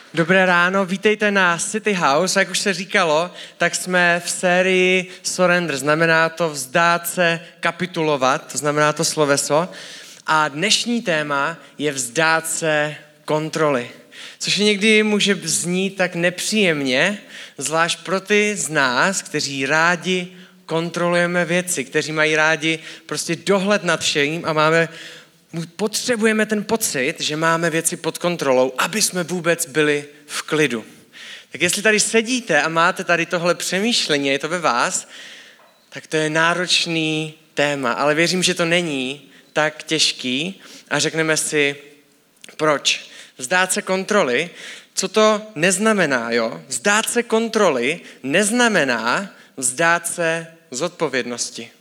Dobré ráno, vítejte na City House. Jak už se říkalo, tak jsme v sérii Surrender, znamená to vzdát se, kapitulovat, to znamená to sloveso. A dnešní téma je vzdát se kontroly, což někdy může znít tak nepříjemně, zvlášť pro ty z nás, kteří rádi kontrolujeme věci, kteří mají rádi prostě dohled nad vším a potřebujeme ten pocit, že máme věci pod kontrolou, aby jsme vůbec byli v klidu. Tak jestli tady sedíte a máte tady tohle přemýšlení, je to ve vás, tak to je náročný téma, ale věřím, že to není tak těžký a řekneme si, proč. Vzdát se kontroly, co to neznamená, jo? Vzdát se kontroly neznamená vzdát se zodpovědnosti.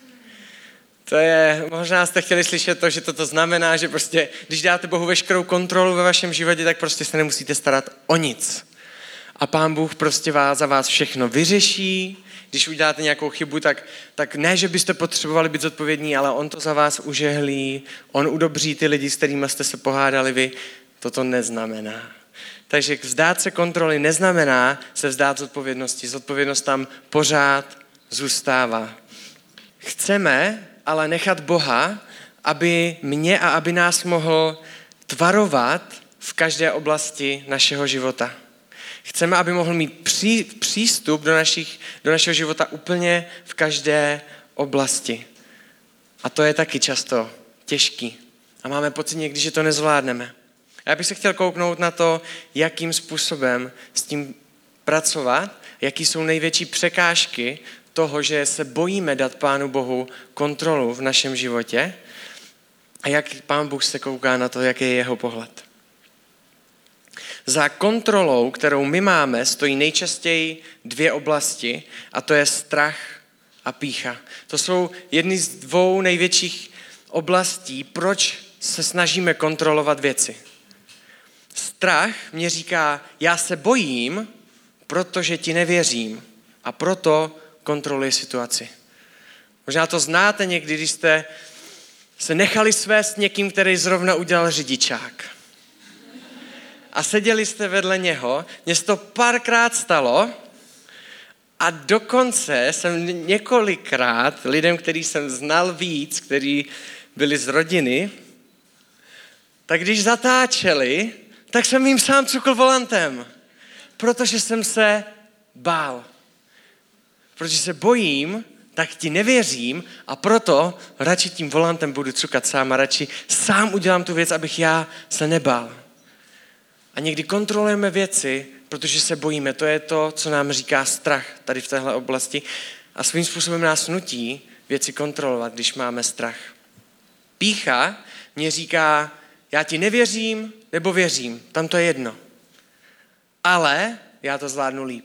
Možná jste chtěli slyšet to, že toto znamená, že prostě, když dáte Bohu veškerou kontrolu ve vašem životě, tak prostě se nemusíte starat o nic. A Pán Bůh prostě za vás všechno vyřeší. Když uděláte nějakou chybu, tak ne, že byste potřebovali být zodpovědní, ale on to za vás užehlí, on udobří ty lidi, s kterými jste se pohádali vy. Toto neznamená. Takže vzdát se kontroly neznamená se vzdát zodpovědnosti. Zodpovědnost tam pořád zůstává. Chceme ale nechat Boha, aby mě a aby nás mohl tvarovat v každé oblasti našeho života. Chceme, aby mohl mít přístup do našeho života úplně v každé oblasti. A to je taky často těžký. A máme pocit někdy, že to nezvládneme. A já bych se chtěl kouknout na to, jakým způsobem s tím pracovat, jaký jsou největší překážky toho, že se bojíme dát Pánu Bohu kontrolu v našem životě a jak Pán Bůh se kouká na to, jaký je jeho pohled. Za kontrolou, kterou my máme, stojí nejčastěji dvě oblasti a to je strach a pýcha. To jsou jedny z dvou největších oblastí, proč se snažíme kontrolovat věci. Strach mě říká, já se bojím, protože ti nevěřím a proto kontroluji situaci. Možná to znáte někdy, když jste se nechali svést někým, který zrovna udělal řidičák. A seděli jste vedle něho, mně se to párkrát stalo a dokonce jsem několikrát lidem, který jsem znal víc, kteří byli z rodiny, tak když zatáčeli, tak jsem jim sám cukl volantem, protože jsem se bál. Protože se bojím, tak ti nevěřím a proto radši tím volantem budu cukat sám a radši sám udělám tu věc, abych já se nebál. A někdy kontrolujeme věci, protože se bojíme. To je to, co nám říká strach tady v téhle oblasti a svým způsobem nás nutí věci kontrolovat, když máme strach. Pýcha mě říká, já ti nevěřím nebo věřím, tam to je jedno. Ale já to zvládnu líp.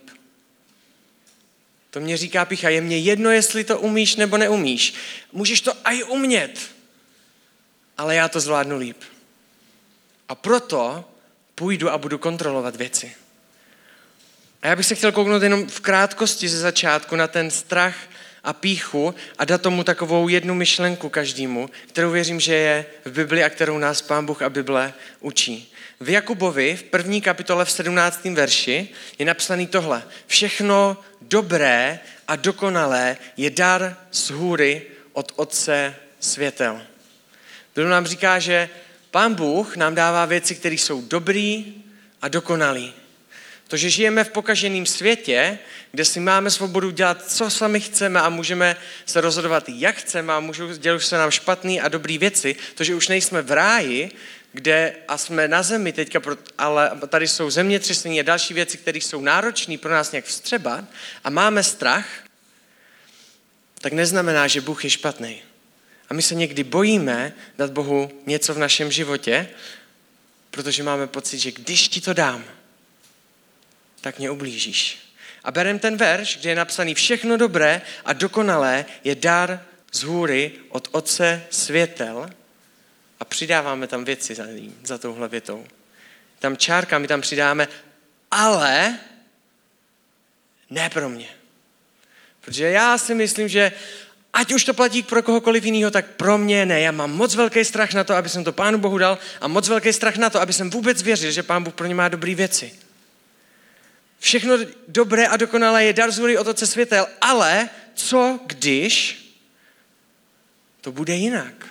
To mě říká pýcha, je mně jedno, jestli to umíš nebo neumíš. Můžeš to aj umět, ale já to zvládnu líp. A proto půjdu a budu kontrolovat věci. A já bych se chtěl kouknout jenom v krátkosti ze začátku na ten strach a pýchu a dát tomu takovou jednu myšlenku každému, kterou věřím, že je v Bibli a kterou nás Pán Bůh a Bible učí. V Jakubovi v 1. kapitole v 17. verši je napsaný tohle. Všechno dobré a dokonalé je dar z hůry od Otce světel. Bible nám říká, že Pán Bůh nám dává věci, které jsou dobrý a dokonalý. To, že žijeme v pokaženém světě, kde si máme svobodu dělat, co sami chceme a můžeme se rozhodovat, jak chceme a dělat se nám špatný a dobrý věci, to, že už nejsme v ráji, kde a jsme na zemi teďka, ale tady jsou zemětřesení a další věci, které jsou náročné pro nás nějak vstřebat a máme strach, tak neznamená, že Bůh je špatný. A my se někdy bojíme dát Bohu něco v našem životě, protože máme pocit, že když ti to dám, tak mě ublížíš. A bereme ten verš, kde je napsaný všechno dobré a dokonalé je dar z hůry od Otce světel a přidáváme tam věci za touhle větou. Tam čárka, my tam přidáme, ale ne pro mě. Protože já si myslím, že ať už to platí pro kohokoliv jiného, tak pro mě ne. Já mám moc velký strach na to, aby jsem to Pánu Bohu dal a moc velký strach na to, aby jsem vůbec věřil, že Pán Bůh pro ně má dobré věci. Všechno dobré a dokonalé je dar z hůry od Otce světel, ale co když to bude jinak?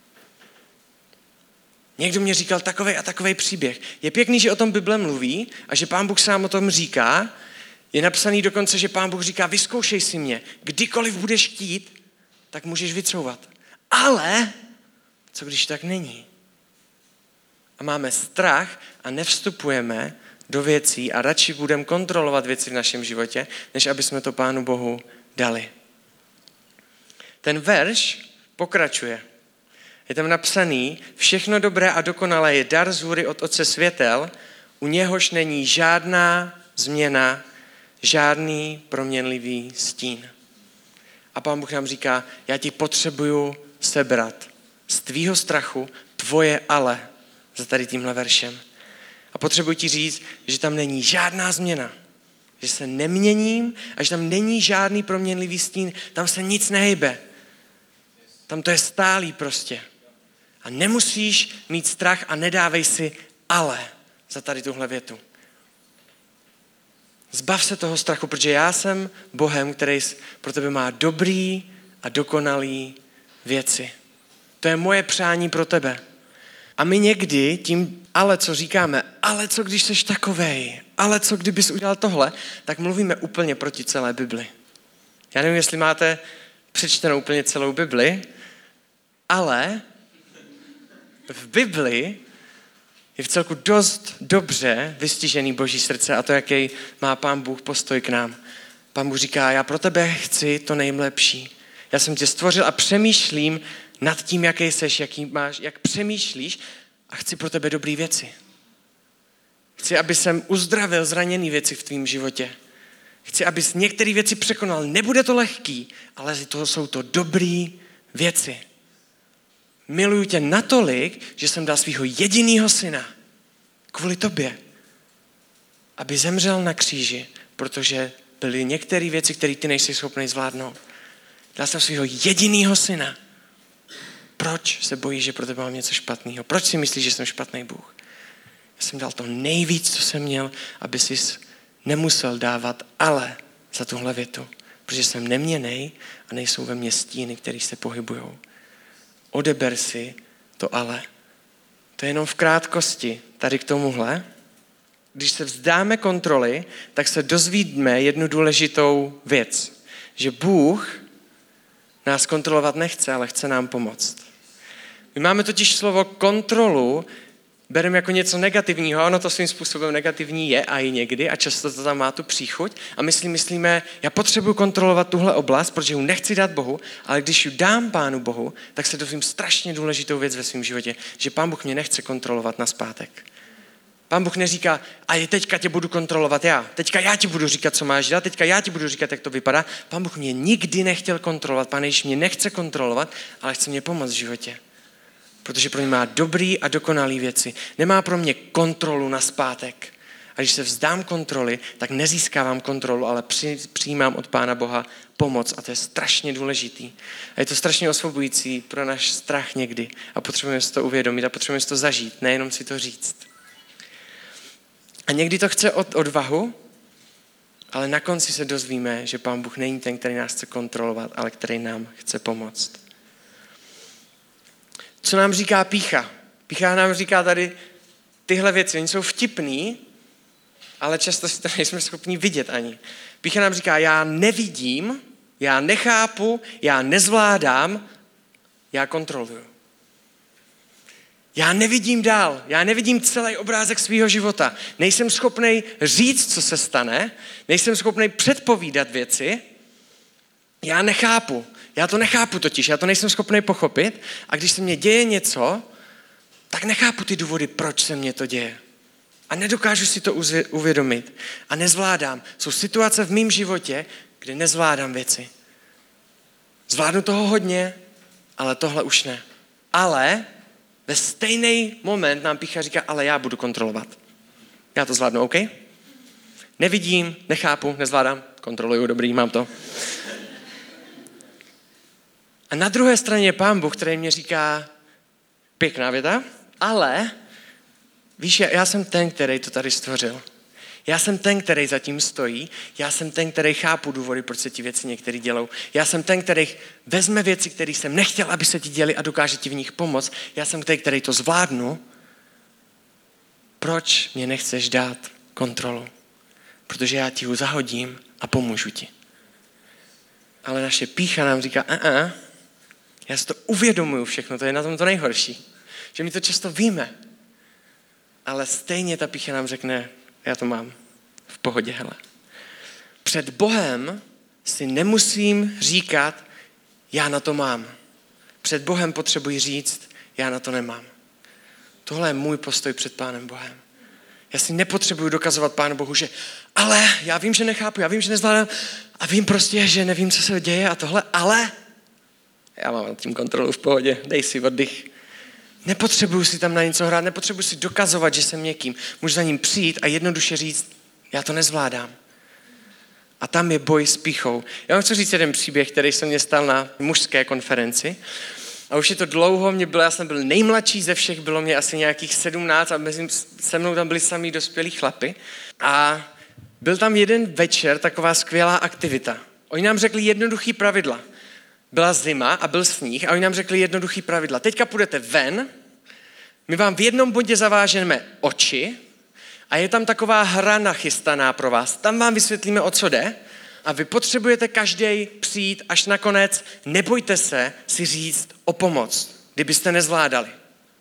Někdo mě říkal takovej a takovej příběh. Je pěkný, že o tom Bible mluví a že Pán Bůh sám o tom říká. Je napsaný dokonce, že Pán Bůh říká, vyzkoušej si mě. Kdykoliv budeš chtít, tak můžeš vycouvat. Ale co když tak není? A máme strach a nevstupujeme do věcí a radši budeme kontrolovat věci v našem životě, než aby jsme to Pánu Bohu dali. Ten verš pokračuje. Je tam napsaný, všechno dobré a dokonalé je dar z hůry od Otce světel, u něhož není žádná změna, žádný proměnlivý stín. A Pán Bůh nám říká, já ti potřebuju sebrat z tvýho strachu tvoje ale za tady tímhle veršem. A potřebuji ti říct, že tam není žádná změna, že se neměním a že tam není žádný proměnlivý stín, tam se nic nehejbe. Tam to je stálý prostě. A nemusíš mít strach a nedávej si ale za tady tuhle větu. Zbav se toho strachu, protože já jsem Bohem, který pro tebe má dobrý a dokonalý věci. To je moje přání pro tebe. A my někdy tím ale co říkáme, ale co když seš takovej, ale co kdybys udělal tohle, tak mluvíme úplně proti celé Bibli. Já nevím, jestli máte přečtenou úplně celou Bibli, ale v Bibli je v celku dost dobře vystižený Boží srdce a to, jaký má Pán Bůh postoj k nám. Pán Bůh říká, já pro tebe chci to nejlepší. Já jsem tě stvořil a přemýšlím nad tím, jaký seš, jaký máš, jak přemýšlíš a chci pro tebe dobré věci. Chci, aby jsem uzdravil zraněné věci v tvém životě. Chci, abys některé věci překonal. Nebude to lehký, ale jsou to dobré věci. Miluju tě natolik, že jsem dal svého jedinýho syna kvůli tobě, aby zemřel na kříži, protože byly některé věci, které ty nejsi schopný zvládnout. Dal jsem svého jedinýho syna. Proč se bojíš, že pro tebe mám něco špatného? Proč si myslíš, že jsem špatný Bůh? Já jsem dal to nejvíc, co jsem měl, aby jsi nemusel dávat ale za tuhle větu, protože jsem neměnnej a nejsou ve mně stíny, které se pohybujou. Odeber si to ale. To je jenom v krátkosti tady k tomuhle. Když se vzdáme kontroly, tak se dozvíme jednu důležitou věc. Že Bůh nás kontrolovat nechce, ale chce nám pomoct. My máme totiž slovo kontrolu, bereme jako něco negativního, ono to svým způsobem negativní je a i někdy a často to tam má tu příchuť a myslíme, já potřebuji kontrolovat tuhle oblast, protože ji nechci dát Bohu, ale když ji dám Pánu Bohu, tak se dozvím strašně důležitou věc ve svém životě, že Pán Bůh mě nechce kontrolovat nazpátek. Pán Bůh neříká, a teďka tě budu kontrolovat já, teďka já ti budu říkat, co máš dělat, teďka já ti budu říkat, jak to vypadá. Pán Bůh mě nikdy nechtěl kontrolovat, Pán Ježíš mě nechce kontrolovat, ale chce mě pomoct v životě. Protože pro mě má dobrý a dokonalý věci. Nemá pro mě kontrolu nazpátek. A když se vzdám kontroly, tak nezískávám kontrolu, ale přijímám od Pána Boha pomoc. A to je strašně důležitý. A je to strašně osvobojující pro náš strach někdy. A potřebujeme si to uvědomit a potřebujeme si to zažít, nejenom si to říct. A někdy to chce odvahu, ale na konci se dozvíme, že Pán Bůh není ten, který nás chce kontrolovat, ale který nám chce pomoct. Co nám říká pýcha? Pýcha nám říká tady tyhle věci. Oni jsou vtipný, ale často si to nejsme schopni vidět ani. Pýcha nám říká, já nevidím, já nechápu, já nezvládám, já kontroluju. Já nevidím dál, já nevidím celý obrázek svého života. Nejsem schopnej říct, co se stane, nejsem schopnej předpovídat věci, já nechápu. Já to nechápu totiž, já to nejsem schopný pochopit a když se mně děje něco, tak nechápu ty důvody, proč se mně to děje. A nedokážu si to uvědomit a nezvládám. Jsou situace v mém životě, kde nezvládám věci. Zvládnu toho hodně, ale tohle už ne. Ale ve stejný moment nám pýcha říká, ale já budu kontrolovat. Já to zvládnu, OK? Nevidím, nechápu, nezvládám, kontroluju, dobrý, mám to. A na druhé straně je Pán Bůh, který mě říká, pěkná věta, ale víš, já jsem ten, který to tady stvořil. Já jsem ten, který zatím stojí. Já jsem ten, který chápu důvody, proč se ti věci některý dělou. Já jsem ten, který vezme věci, které jsem nechtěl, aby se ti děly a dokáže ti v nich pomoct. Já jsem ten, který to zvládnu. Proč mě nechceš dát kontrolu? Protože já ti ho zahodím a pomůžu ti. Ale naše pýcha nám říká, já si to uvědomuju všechno, to je na tom to nejhorší. Že my to často víme. Ale stejně ta pýcha nám řekne, já to mám v pohodě, hele. Před Bohem si nemusím říkat, já na to mám. Před Bohem potřebuji říct, já na to nemám. Tohle je můj postoj před Pánem Bohem. Já si nepotřebuji dokazovat Pánu Bohu, že ale já vím, že nechápu, já vím, že nezvládám a vím prostě, že nevím, co se děje a tohle, ale já mám nad tím kontrolu v pohodě, dej si oddych. Nepotřebuji si tam na něco hrát, nepotřebuji si dokazovat, že jsem někým. Můžu za ním přijít a jednoduše říct, já to nezvládám. A tam je boj s pýchou. Já vám chci říct jeden příběh, který se mě stal na mužské konferenci. A už je to dlouho, já jsem byl nejmladší ze všech, bylo mě asi nějakých 17 a se mnou tam byli samý dospělí chlapi. A byl tam jeden večer taková skvělá aktivita. Oni nám řekli jednoduchý pravidla. Byla zima a byl sníh a oni nám řekli jednoduchý pravidla. Teďka půjdete ven, my vám v jednom bodě zavážeme oči a je tam taková hra nachystaná pro vás. Tam vám vysvětlíme, o co jde a vy potřebujete každý přijít až nakonec, nebojte se si říct o pomoc, kdybyste nezvládali.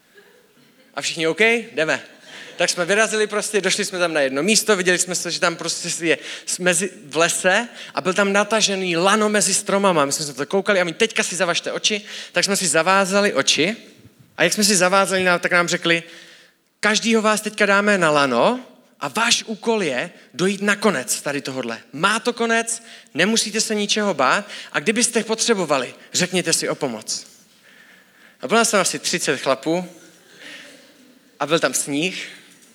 A všichni OK, jdeme. Tak jsme vyrazili prostě, došli jsme tam na jedno místo, viděli jsme se, že tam prostě je v lese a byl tam natažený lano mezi stromama. My jsme se to koukali a my teďka si zavažte oči, tak jsme si zavázali oči a jak jsme si zavázali, tak nám řekli, každýho vás teďka dáme na lano a váš úkol je dojít na konec tady tohodle. Má to konec, nemusíte se ničeho bát a kdybyste potřebovali, řekněte si o pomoc. A bylo nás tam asi 30 chlapů a byl tam sníh.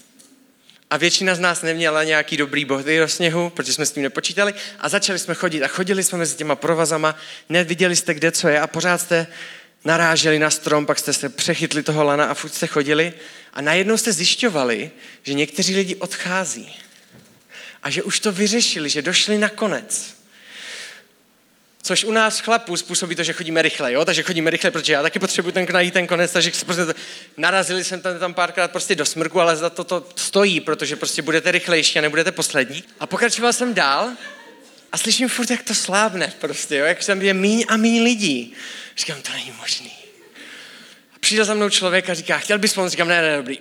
A většina z nás neměla nějaký dobrý boty do sněhu, protože jsme s tím nepočítali a začali jsme chodit a chodili jsme mezi těma provazama, neviděli jste, kde co je a pořád jste naráželi na strom, pak jste se přechytli toho lana a furt jste chodili a najednou jste zjišťovali, že někteří lidi odchází a že už to vyřešili, že došli na konec. Což u nás chlapů způsobí to, že chodíme rychle, jo? Takže chodíme rychle, protože já taky potřebuji najít ten konec, takže prostě narazili jsem tam párkrát prostě do smrku, ale za to stojí, protože prostě budete rychlejší a nebudete poslední. A pokračoval jsem dál a slyším furt, jak to slábne prostě, jo? Jak tam je míň a míň lidí. Říkám, to není možný. A přijde za mnou člověk a říká, chtěl bys pomoct? Říkám, ne, dobrý.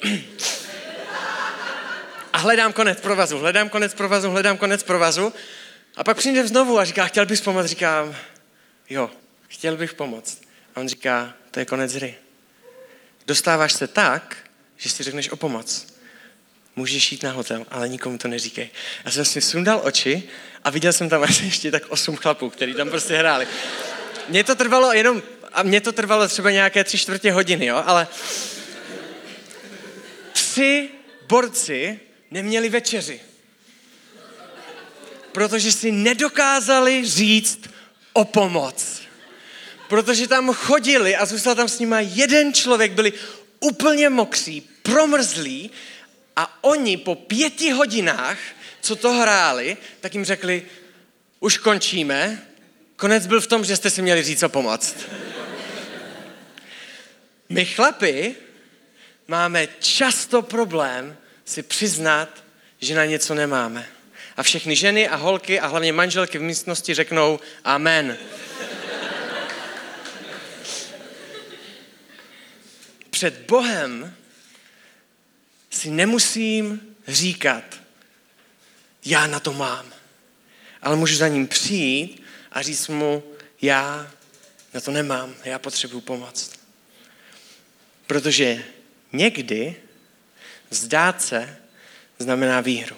A hledám konec provazu. A pak přijde znovu a říká, chtěl bys pomoct? Říkám, jo, chtěl bych pomoct. A on říká, to je konec hry. Dostáváš se tak, že si řekneš o pomoc. Můžeš jít na hotel, ale nikomu to neříkej. Já jsem si sundal oči a viděl jsem tam asi ještě tak 8 chlapů, kteří tam prostě hráli. Mně to trvalo třeba nějaké 3/4 hodiny, jo, ale 3 borci neměli večeři. Protože si nedokázali říct o pomoc. Protože tam chodili a zůstal tam s nima jeden člověk, byli úplně mokří, promrzlí a oni po 5 hodinách, co to hráli, tak jim řekli, už končíme, konec byl v tom, že jste si měli říct o pomoc. My chlapi máme často problém si přiznat, že na něco nemáme. A všechny ženy a holky a hlavně manželky v místnosti řeknou amen. Před Bohem si nemusím říkat, já na to mám. Ale můžu za ním přijít a říct mu, já na to nemám, já potřebuji pomoc. Protože někdy vzdát se znamená výhru.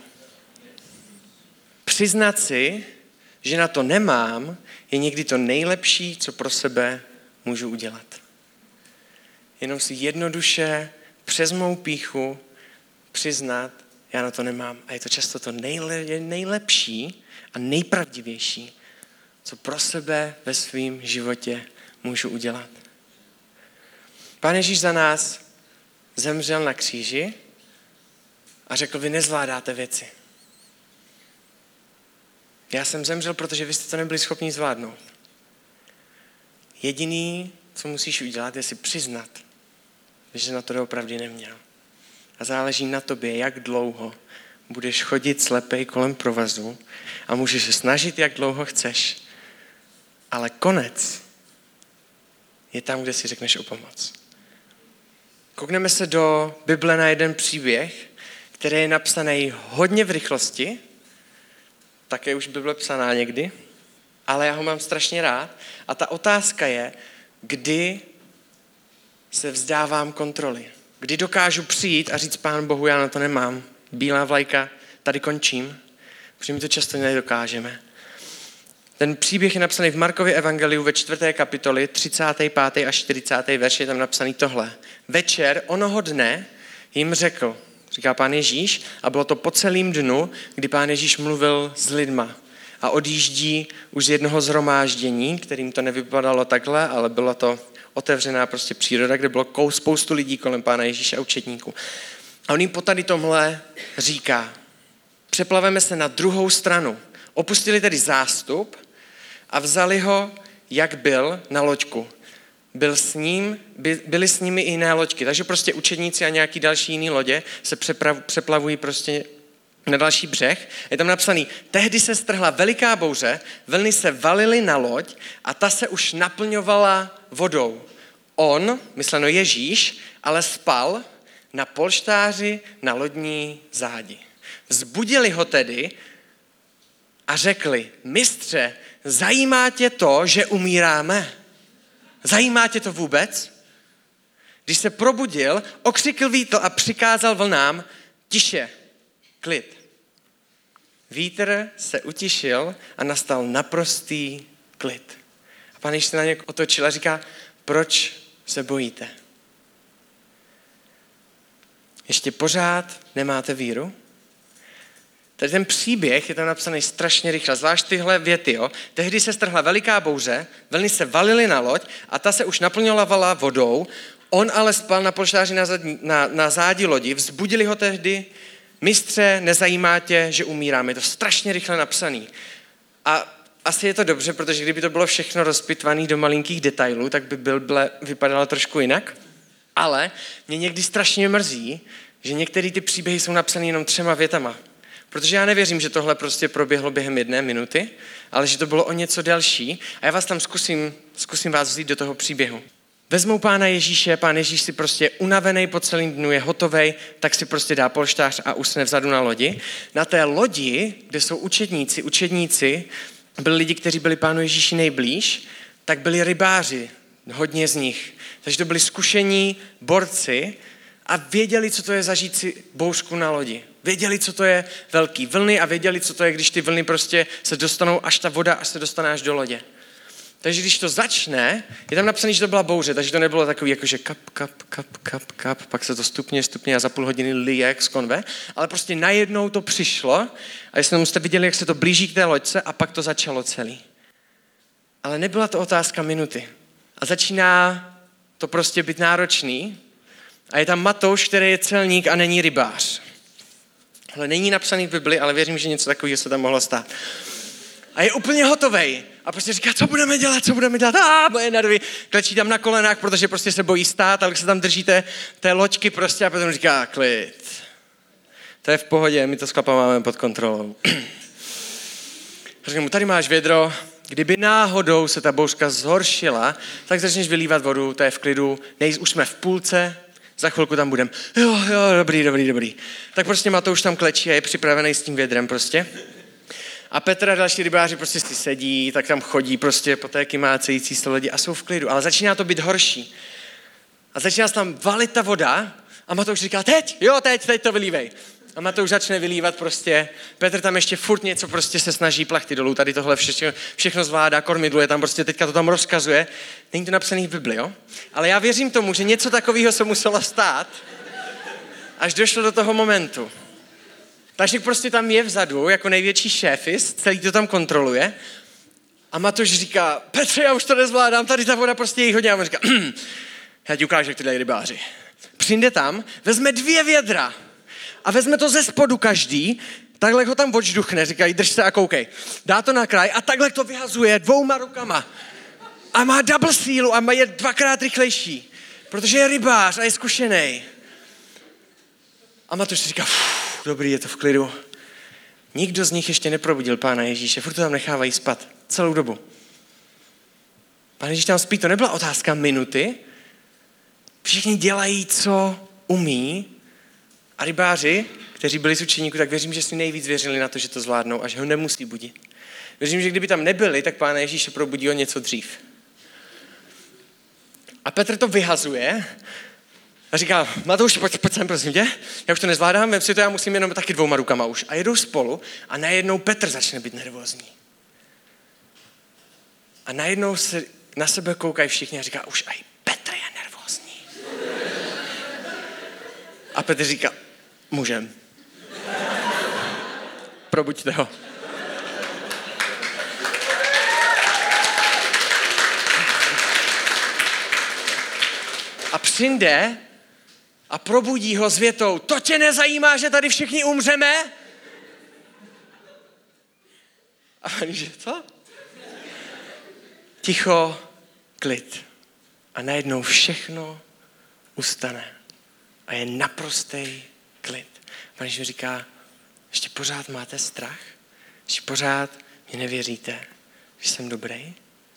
Přiznat si, že na to nemám, je někdy to nejlepší, co pro sebe můžu udělat. Jenom si jednoduše přes mou pýchu přiznat, já na to nemám. A je to často to nejlepší a nejpravdivější, co pro sebe ve svém životě můžu udělat. Pán Ježíš za nás zemřel na kříži a řekl, vy nezvládáte věci. Já jsem zemřel, protože vy jste to nebyli schopni zvládnout. Jediný, co musíš udělat, je si přiznat, že na to doopravdy neměl. A záleží na tobě, jak dlouho budeš chodit slepej kolem provazu a můžeš se snažit, jak dlouho chceš. Ale konec je tam, kde si řekneš o pomoc. Koukneme se do Bible na jeden příběh, který je napsaný hodně v rychlosti, také už Bible psaná někdy, ale já ho mám strašně rád. A ta otázka je, kdy se vzdávám kontroly. Kdy dokážu přijít a říct Pánu Bohu, já na to nemám. Bílá vlajka, tady končím, protože my to často nedokážeme. Ten příběh je napsaný v Markově evangeliu ve 4. kapitoli, 35. a 40. verš, je tam napsaný tohle. Večer onoho dne jim řekl, říká Pán Ježíš, a bylo to po celým dnu, kdy Pán Ježíš mluvil s lidma a odjíždí už z jednoho shromáždění, kterým to nevypadalo takhle, ale byla to otevřená prostě příroda, kde bylo spoustu lidí kolem Pána Ježíše a učedníků. A on jim po tady tomhle říká, přeplaveme se na druhou stranu. Opustili tedy zástup a vzali ho, jak byl, na loďku. Byly s nimi i jiné loďky, takže prostě učedníci a nějaký další jiný lodě se přeplavují prostě na další břeh. Je tam napsaný, tehdy se strhla veliká bouře, vlny se valily na loď a ta se už naplňovala vodou. On, mysleno Ježíš, ale spal na polštáři na lodní zádi. Vzbudili ho tedy a řekli, mistře, zajímá tě to, že umíráme? Zajímá tě to vůbec? Když se probudil, okřikl vítr a přikázal vlnám, tiše, klid. Vítr se utišil a nastal naprostý klid. A Pán Ježíš se na ně otočil a říká, proč se bojíte? Ještě pořád nemáte víru? Tady ten příběh je tam napsaný strašně rychle, zvlášť tyhle věty. Jo? Tehdy se strhla veliká bouře, vlny se valily na loď a ta se už naplňovala vodou. On ale spal na polštáři na zádi lodi. Vzbudili ho tehdy, mistře, nezajímá tě, že umíráme. Je to strašně rychle napsaný. A asi je to dobře, protože kdyby to bylo všechno rozpitvané do malinkých detailů, tak by Bible vypadala trošku jinak. Ale mě někdy strašně mrzí, že některé ty příběhy jsou napsané jenom 3 větama. Protože já nevěřím, že tohle prostě proběhlo během 1 minuty, ale že to bylo o něco delší. A já vás tam zkusím vás vzít do toho příběhu. Vezmou Pána Ježíše, Pán Ježíš si prostě unavený po celém dnu, je hotovej, tak si prostě dá polštář a usne vzadu na lodi. Na té lodi, kde jsou učedníci, byli lidi, kteří byli Pánu Ježíši nejblíž, tak byli rybáři, hodně z nich. Takže to byli zkušení borci a věděli, co to je zažít si bouřku na lodi. Věděli, co to je velký vlny a věděli, co to je, když ty vlny prostě se dostanou, až ta voda až se dostane až do lodě. Takže když to začne, je tam napsané, že to byla bouře, takže to nebylo takový jakože kap, pak se to stupně a za půl hodiny lije jak z konve, ale prostě najednou to přišlo a jestli jste viděli, jak se to blíží k té loďce a pak to začalo celý. Ale nebyla to otázka minuty. A začíná to prostě být náročný a je tam Matouš, který je celník a není rybář. Ale není napsaný v Bibli, ale věřím, že něco takového se tam mohlo stát. A je úplně hotovej. A prostě říká, co budeme dělat? Moje nervy. Klečí tam na kolenách, protože prostě se bojí stát, ale se tam držíte té loďky prostě a potom říká, klid. To je v pohodě, my to s chlapama máme pod kontrolou. Říkám mu, tady máš vědro, kdyby náhodou se ta bouřka zhoršila, tak začneš vylívat vodu, to je v klidu, už jsme v půlce, za chvilku tam budeme. Jo, dobrý. Tak prostě Matouš tam klečí a je připravený s tím vědrem prostě. A Petr a další rybáři prostě si sedí, tak tam chodí prostě po té kymácející se lodi a jsou v klidu. Ale začíná to být horší. A začíná se tam valit ta voda a Matouš říká, teď to vylívej. A Matouš začne vylívat prostě. Petr tam ještě furt něco prostě se snaží plachty dolů, tady tohle všechno zvládá, kormidluje tam prostě, teďka to tam rozkazuje. Není to napsaný v Bibli, jo? Ale já věřím tomu, že něco takového se muselo stát, až došlo do toho momentu. Takže prostě tam je vzadu jako největší šéfist, celý to tam kontroluje A Matouš říká, Petře, já už to nezvládám, tady ta voda prostě je hodně. A on říká, já ti ukážu, jak to dělají rybáři. Přijde tam, vezme 2 vědra a vezme to ze spodu každý, takhle ho tam odžduchne, říkají, drž se a koukej. Dá to na kraj a takhle to vyhazuje 2 rukama. A má double sílu a je 2krát rychlejší, protože je rybář a je zkušený. A Matouš si říká, dobrý, je to v klidu. Nikdo z nich ještě neprobudil Pána Ježíše, furt to tam nechávají spat celou dobu. Pán Ježíš tam spí, to nebyla otázka minuty. Všichni dělají, co umí. A rybáři, kteří byli z učeníků, tak věřím, že si nejvíc věřili na to, že to zvládnou a že ho nemusí budit. Věřím, že kdyby tam nebyli, tak Pána Ježíše probudí o něco dřív. A Petr to vyhazuje a říká, Matouš, pojď sem, prosím tě, já už to nezvládám, vem si to, já musím jenom taky 2 rukama už. A jedou spolu a najednou Petr začne být nervózní. A najednou se na sebe koukají všichni a říká, už aj Petr je nervózní. A Petr říká, můžem. Probuďte ho. A přijde a probudí ho s větou, to tě nezajímá, že tady všichni umřeme? A on že co? Ticho, klid. A najednou všechno ustane. A je naprostý klid. Pán Ježíš říká, ještě pořád máte strach? Ještě pořád mě nevěříte, že jsem dobrý?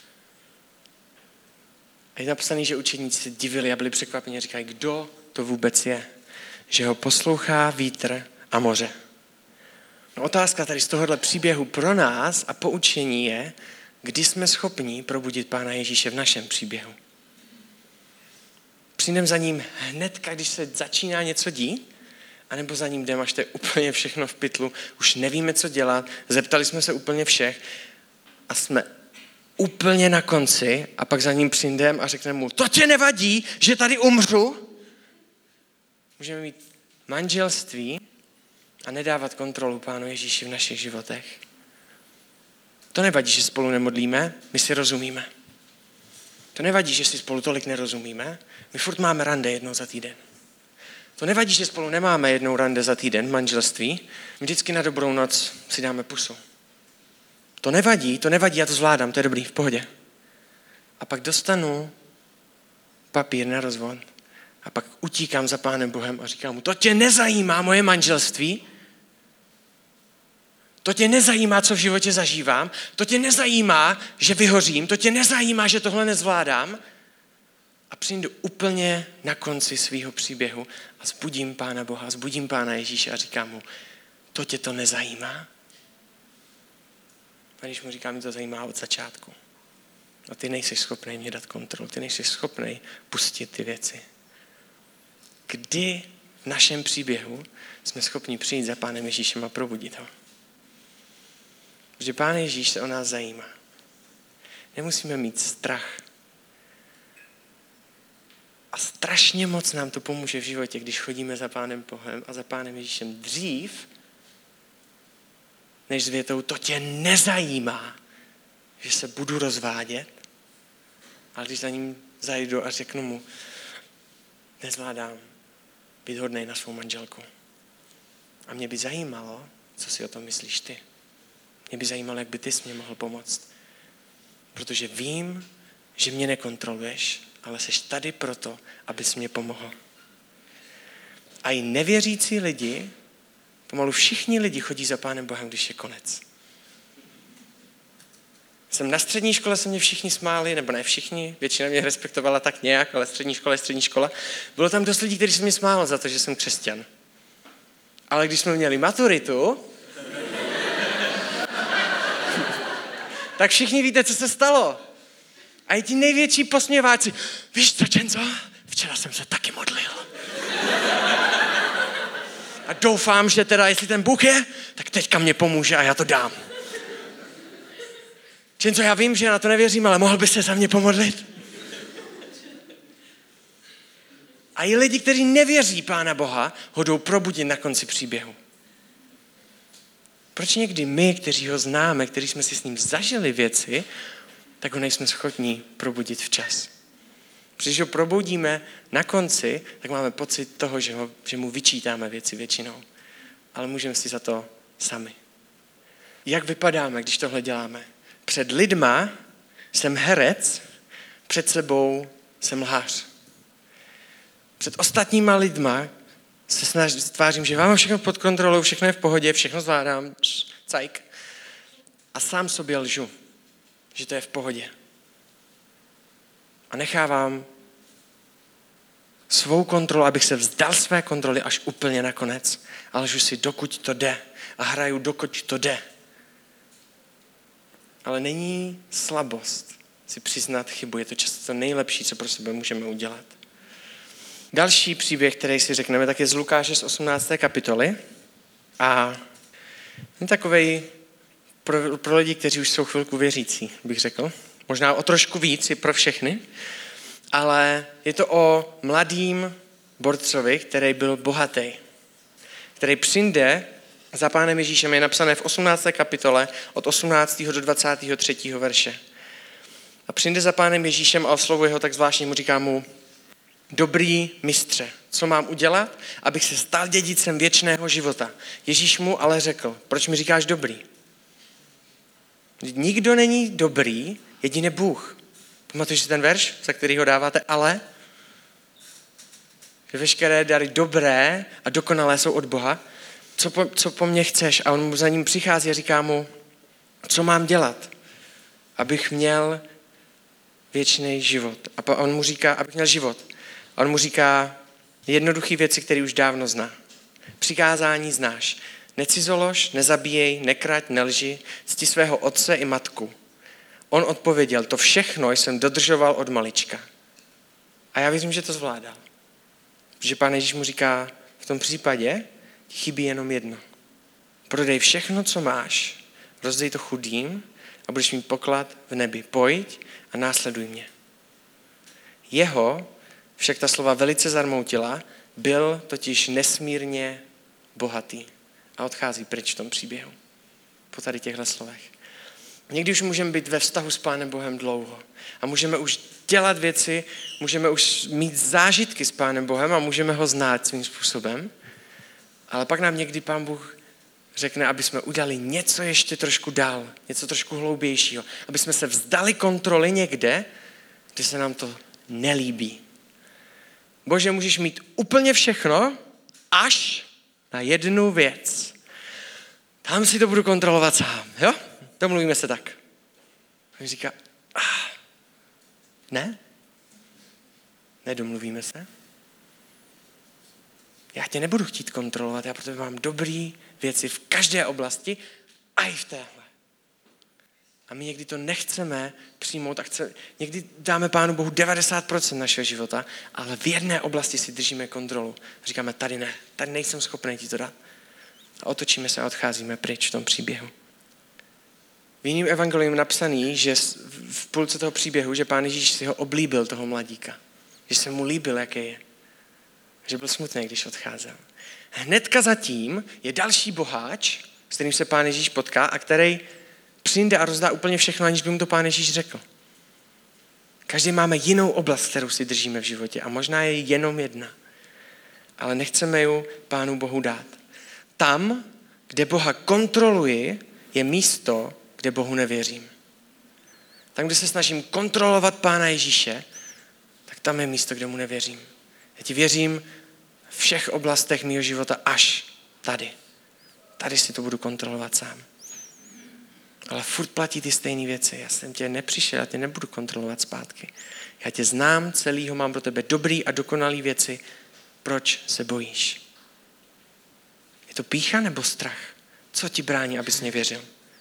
A je napsaný, že učeníci se divili a byli překvapeni a říkají, kdo to vůbec je? Že ho poslouchá vítr a moře. No, otázka tady z tohohle příběhu pro nás a poučení je, kdy jsme schopni probudit Pána Ježíše v našem příběhu. Přijdeme za ním hnedka, když se začíná něco dít, anebo za ním jdeme, až to je úplně všechno v pytlu, už nevíme, co dělat, zeptali jsme se úplně všech a jsme úplně na konci a pak za ním přijdeme a řekneme mu, to tě nevadí, že tady umřu? Můžeme mít manželství a nedávat kontrolu Pánu Ježíši v našich životech. To nevadí, že spolu nemodlíme, my si rozumíme. To nevadí, že si spolu tolik nerozumíme, my furt máme rande jednou za týden. To nevadí, že spolu nemáme jednou rande za týden v manželství, my vždycky na dobrou noc si dáme pusu. To nevadí, já to zvládám, to je dobrý, v pohodě. A pak dostanu papír na rozvod a pak utíkám za Pánem Bohem a říkám mu, to tě nezajímá moje manželství, to tě nezajímá, co v životě zažívám, to tě nezajímá, že vyhořím, to tě nezajímá, že tohle nezvládám. A přijdu úplně na konci svého příběhu a zbudím Pána Boha, zbudím Pána Ježíše a říkám mu, to tě to nezajímá? A když mu říkám, mě to zajímá od začátku. A ty nejsi schopný mě dát kontrolu, ty nejsi schopný pustit ty věci. Kdy v našem příběhu jsme schopni přijít za Pánem Ježíšem a probudit ho? Protože Pán Ježíš se o nás zajímá. Nemusíme mít strach. A strašně moc nám to pomůže v životě, když chodíme za Pánem Bohem a za Pánem Ježíšem dřív, než s větou, to tě nezajímá, že se budu rozvádět, ale když za ním zajdu a řeknu mu, nezvládám být hodnej na svou manželku. A mě by zajímalo, co si o tom myslíš ty. Mě by zajímalo, jak by ty jsi mě mohl pomoct. Protože vím, že mě nekontroluješ, ale jsi tady proto, abys mě pomohl. A i nevěřící lidi, pomalu všichni lidi chodí za Pánem Bohem, když je konec. Jsem na střední škole, se mě všichni smáli, nebo ne všichni, většina mě respektovala tak nějak, ale střední škola je střední škola. Bylo tam dost lidí, kteří se mě smáli za to, že jsem křesťan. Ale když jsme měli maturitu, tak všichni víte, co se stalo. A i ti největší posměváci, víš co, Čenzo, včera jsem se taky modlil. A doufám, že teda, jestli ten Bůh je, tak teďka mě pomůže a já to dám. Čenzo, já vím, že na to nevěřím, ale mohl by se za mě pomodlit? A i lidi, kteří nevěří Pána Boha, ho jdou probudit na konci příběhu. Proč někdy my, kteří ho známe, kteří jsme si s ním zažili věci, tak ho nejsme schopni probudit včas. Když ho probudíme na konci, tak máme pocit toho, že mu vyčítáme věci většinou. Ale můžeme si za to sami. Jak vypadáme, když tohle děláme? Před lidma jsem herec, před sebou jsem lhář. Před ostatníma lidma se tvářím, že mám všechno pod kontrolou, všechno je v pohodě, všechno zvládám, cajk. A sám sobě lžu, že to je v pohodě. A nechávám svou kontrolu, abych se vzdal své kontroly až úplně nakonec. A lžu si, dokud to jde. A hraju, dokud to jde. Ale není slabost si přiznat chybu. Je to často to nejlepší, co pro sebe můžeme udělat. Další příběh, který si řekneme, tak je z Lukáše z 18. kapitoly. A je takovej pro lidi, kteří už jsou chvilku věřící, bych řekl. Možná o trošku víc, je pro všechny. Ale je to o mladým borcovi, který byl bohatý. Který přijde za Pánem Ježíšem, je napsané v 18. kapitole od 18. do 23. verše. A přijde za Pánem Ježíšem a oslovuje ho tak zvláštně, mu říká mu: dobrý mistře, co mám udělat, abych se stal dědicem věčného života? Ježíš mu ale řekl: proč mi říkáš dobrý? Nikdo není dobrý, jedině Bůh. Pamatuješ si ten verš, za který ho dáváte? Ale že veškeré dary dobré a dokonalé jsou od Boha. Co po mně chceš? A on mu za ním přichází a říká mu: co mám dělat, abych měl věčný život? A on mu říká, abych měl život. A on mu říká jednoduché věci, které už dávno zná. Přikázání znáš. Necizolož, nezabíjej, nekrať, nelži, cti svého otce i matku. On odpověděl: to všechno jsem dodržoval od malička. A já věřím, že to zvládal. Protože Pán Ježíš mu říká: v tom případě chybí jenom jedno. Prodej všechno, co máš, rozdej to chudým a budeš mít poklad v nebi. Pojď a následuj mě. Jeho však ta slova velice zarmoutila, byl totiž nesmírně bohatý. A odchází pryč v tom příběhu. Po tady těchto slovech. Někdy už můžeme být ve vztahu s Pánem Bohem dlouho. A můžeme už dělat věci, můžeme už mít zážitky s Pánem Bohem a můžeme ho znát svým způsobem. Ale pak nám někdy Pán Bůh řekne, aby jsme udělali něco ještě trošku dál, něco trošku hloubějšího. Aby jsme se vzdali kontroly někde, kde se nám to nelíbí. Bože, můžeš mít úplně všechno, až na jednu věc. Tam si to budu kontrolovat sám, jo? Domluvíme se tak. On říká: ne? Nedomluvíme se? Já tě nebudu chtít kontrolovat, já protože mám dobré věci v každé oblasti a i v téhle. A my někdy to nechceme přijmout a někdy dáme Pánu Bohu 90% našeho života, ale v jedné oblasti si držíme kontrolu. Říkáme: tady ne, tady nejsem schopný ti to dát. A otočíme se a odcházíme pryč v tom příběhu. V jiném evangeliu je napsaný, že v půlce toho příběhu, že Pán Ježíš si ho oblíbil, toho mladíka. Že se mu líbil, jaký je. Že byl smutný, když odcházel. Hnedka zatím je další boháč, s kterým se Pán Ježíš potká a který přijde a rozdá úplně všechno, aniž by mu to Pán Ježíš řekl. Každý máme jinou oblast, kterou si držíme v životě a možná je jenom jedna. Ale nechceme ji Pánu Bohu dát. Tam, kde Boha kontroluji, je místo, kde Bohu nevěřím. Tam, kde se snažím kontrolovat Pána Ježíše, tak tam je místo, kde mu nevěřím. Já ti věřím v všech oblastech mýho života až tady. Tady si to budu kontrolovat sám. Ale furt platí ty stejné věci. Já jsem tě nepřišel, já tě nebudu kontrolovat zpátky. Já tě znám celýho, mám pro tebe dobrý a dokonalý věci. Proč se bojíš? Je to pýcha nebo strach? Co ti brání, abys mě věřil?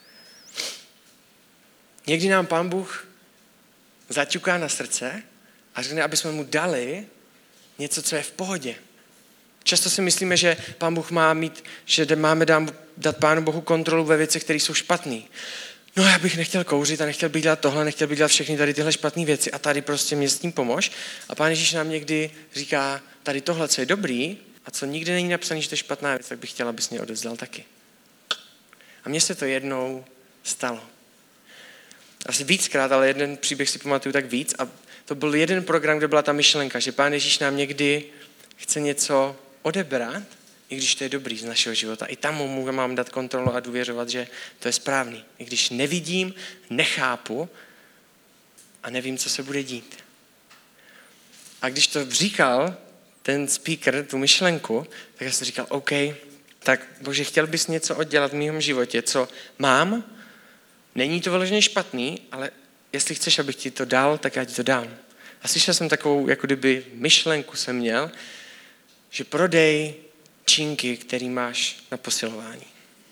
Někdy nám Pán Bůh zaťuká na srdce a řekne, aby jsme mu dali něco, co je v pohodě. Často si myslíme, že Pán Bůh má mít, že máme dát Pánu Bohu kontrolu ve věcech, které jsou špatné. No já bych nechtěl kouřit a nechtěl bych dělat tohle, nechtěl bych dělat všechny tady tyhle špatné věci a tady prostě mě s tím pomož. A Pán Ježíš nám někdy říká, tady tohle, co je dobrý a co nikdy není napsané, že to je špatná věc, tak bych chtěl, abys mě odevzdal taky. A mně se to jednou stalo. Asi víckrát, ale jeden příběh si pamatuju tak víc. A to byl jeden program, kde byla ta myšlenka, že Pán Ježíš nám někdy chce něco odebrat, i když to je dobrý z našeho života. I tam mu mám dát kontrolu a důvěřovat, že to je správný. I když nevidím, nechápu a nevím, co se bude dít. A když to říkal ten speaker, tu myšlenku, tak já jsem říkal, OK, tak Bože, chtěl bys něco oddělat v mém životě, co mám, není to vyloženě špatný, ale jestli chceš, abych ti to dal, tak já ti to dám. A slyšel jsem takovou, jako kdyby myšlenku jsem měl, že prodej činky, který máš na posilování.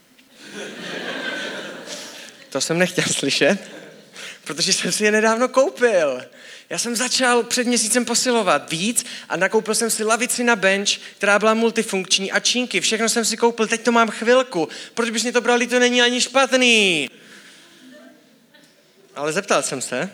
To jsem nechtěl slyšet, protože jsem si je nedávno koupil. Já jsem začal před měsícem posilovat víc a nakoupil jsem si lavici na bench, která byla multifunkční a činky. Všechno jsem si koupil, teď to mám chvilku. Proč bys mě to brali, to není ani špatný. Ale zeptal jsem se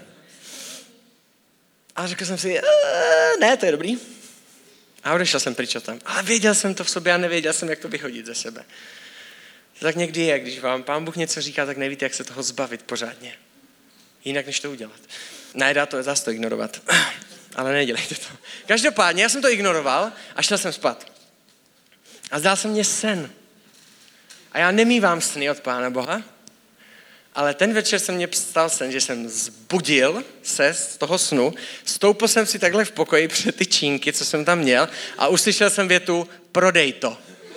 a řekl jsem si, ne, to je dobrý. A odešel jsem pryč tam. Ale věděl jsem to v sobě a nevěděl jsem, jak to vyhodit ze sebe. To tak někdy je, když vám Pán Bůh něco říká, tak nevíte, jak se toho zbavit pořádně. Jinak, než to udělat. Ne, dá to zase to ignorovat. Ale nedělejte to. Každopádně, já jsem to ignoroval a šel jsem spát. A zdál se mně sen. A já nemívám sny od Pána Boha, ale ten večer se mně stal sen, že jsem zbudil se z toho snu, stoupil jsem si takhle v pokoji před ty čínky, co jsem tam měl a uslyšel jsem větu, prodej to.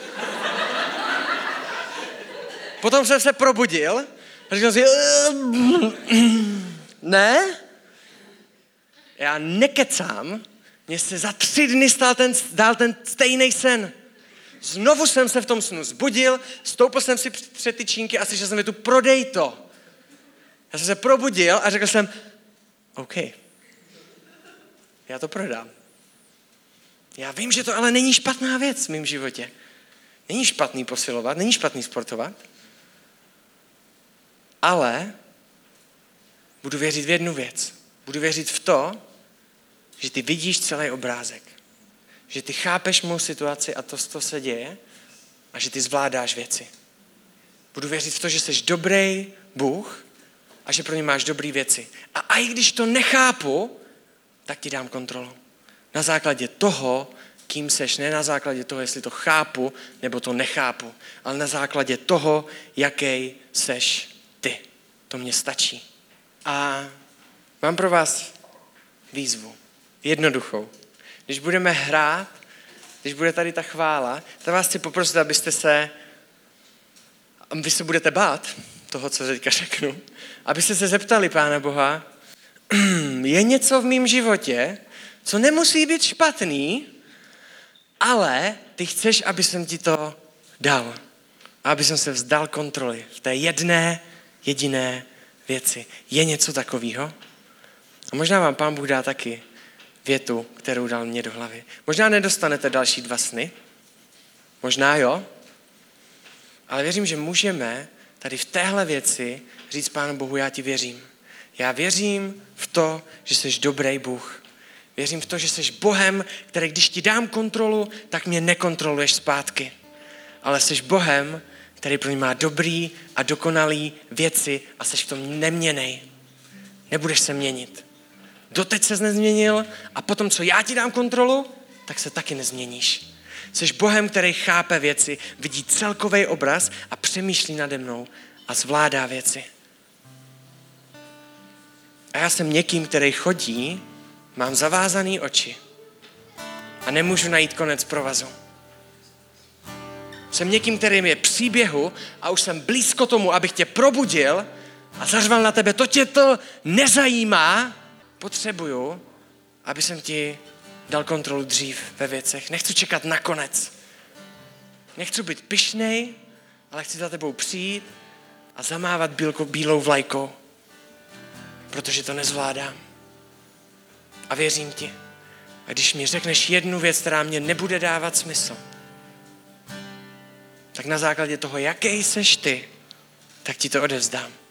Potom jsem se probudil a říkal si, ne, já nekecám, mně se za 3 dny dál ten stejný sen. Znovu jsem se v tom snu zbudil, stoupil jsem si před ty čínky a slyšel jsem větu, prodej to. Já jsem se probudil a řekl jsem, OK, já to prodám. Já vím, že to ale není špatná věc v mém životě. Není špatný posilovat, není špatný sportovat, ale budu věřit v jednu věc. Budu věřit v to, že ty vidíš celý obrázek. Že ty chápeš mou situaci a to, co se děje a že ty zvládáš věci. Budu věřit v to, že jsi dobrý Bůh a že pro ně máš dobré věci. A i když to nechápu, tak ti dám kontrolu. Na základě toho, kým seš, ne na základě toho, jestli to chápu nebo to nechápu, ale na základě toho, jaký seš ty. To mě stačí. A mám pro vás výzvu. Jednoduchou. Když budeme hrát, když bude tady ta chvála, tak vás chci poprosit, vy se budete bát toho, co teďka řeknu, abyste se zeptali Pána Boha, je něco v mém životě, co nemusí být špatný, ale ty chceš, aby jsem ti to dal. A aby jsem se vzdal kontroly v té jedné, jediné věci. Je něco takového? A možná vám Pán Bůh dá taky větu, kterou dal mě do hlavy. Možná nedostanete další 2 sny, možná jo, ale věřím, že můžeme tady v téhle věci říct Pánu Bohu, já ti věřím. Já věřím v to, že jsi dobrý Bůh. Věřím v to, že jsi Bohem, který když ti dám kontrolu, tak mě nekontroluješ zpátky. Ale jsi Bohem, který pro mě má dobrý a dokonalý věci a jsi v tom neměnej. Nebudeš se měnit. Doteď ses nezměnil a potom, co já ti dám kontrolu, tak se taky nezměníš. Jsi Bohem, který chápe věci, vidí celkový obraz a přemýšlí nade mnou a zvládá věci. A já jsem někým, který chodí, mám zavázaný oči a nemůžu najít konec provazu. Jsem někým, kterým je příběhu a už jsem blízko tomu, abych tě probudil a zařval na tebe, to tě to nezajímá, potřebuju, aby jsem ti dal kontrolu dřív ve věcech. Nechci čekat na konec. Nechci být pyšnej, ale chci za tebou přijít a zamávat bílou vlajkou, protože to nezvládám. A věřím ti. A když mi řekneš jednu věc, která mě nebude dávat smysl, tak na základě toho, jaký seš ty, tak ti to odevzdám.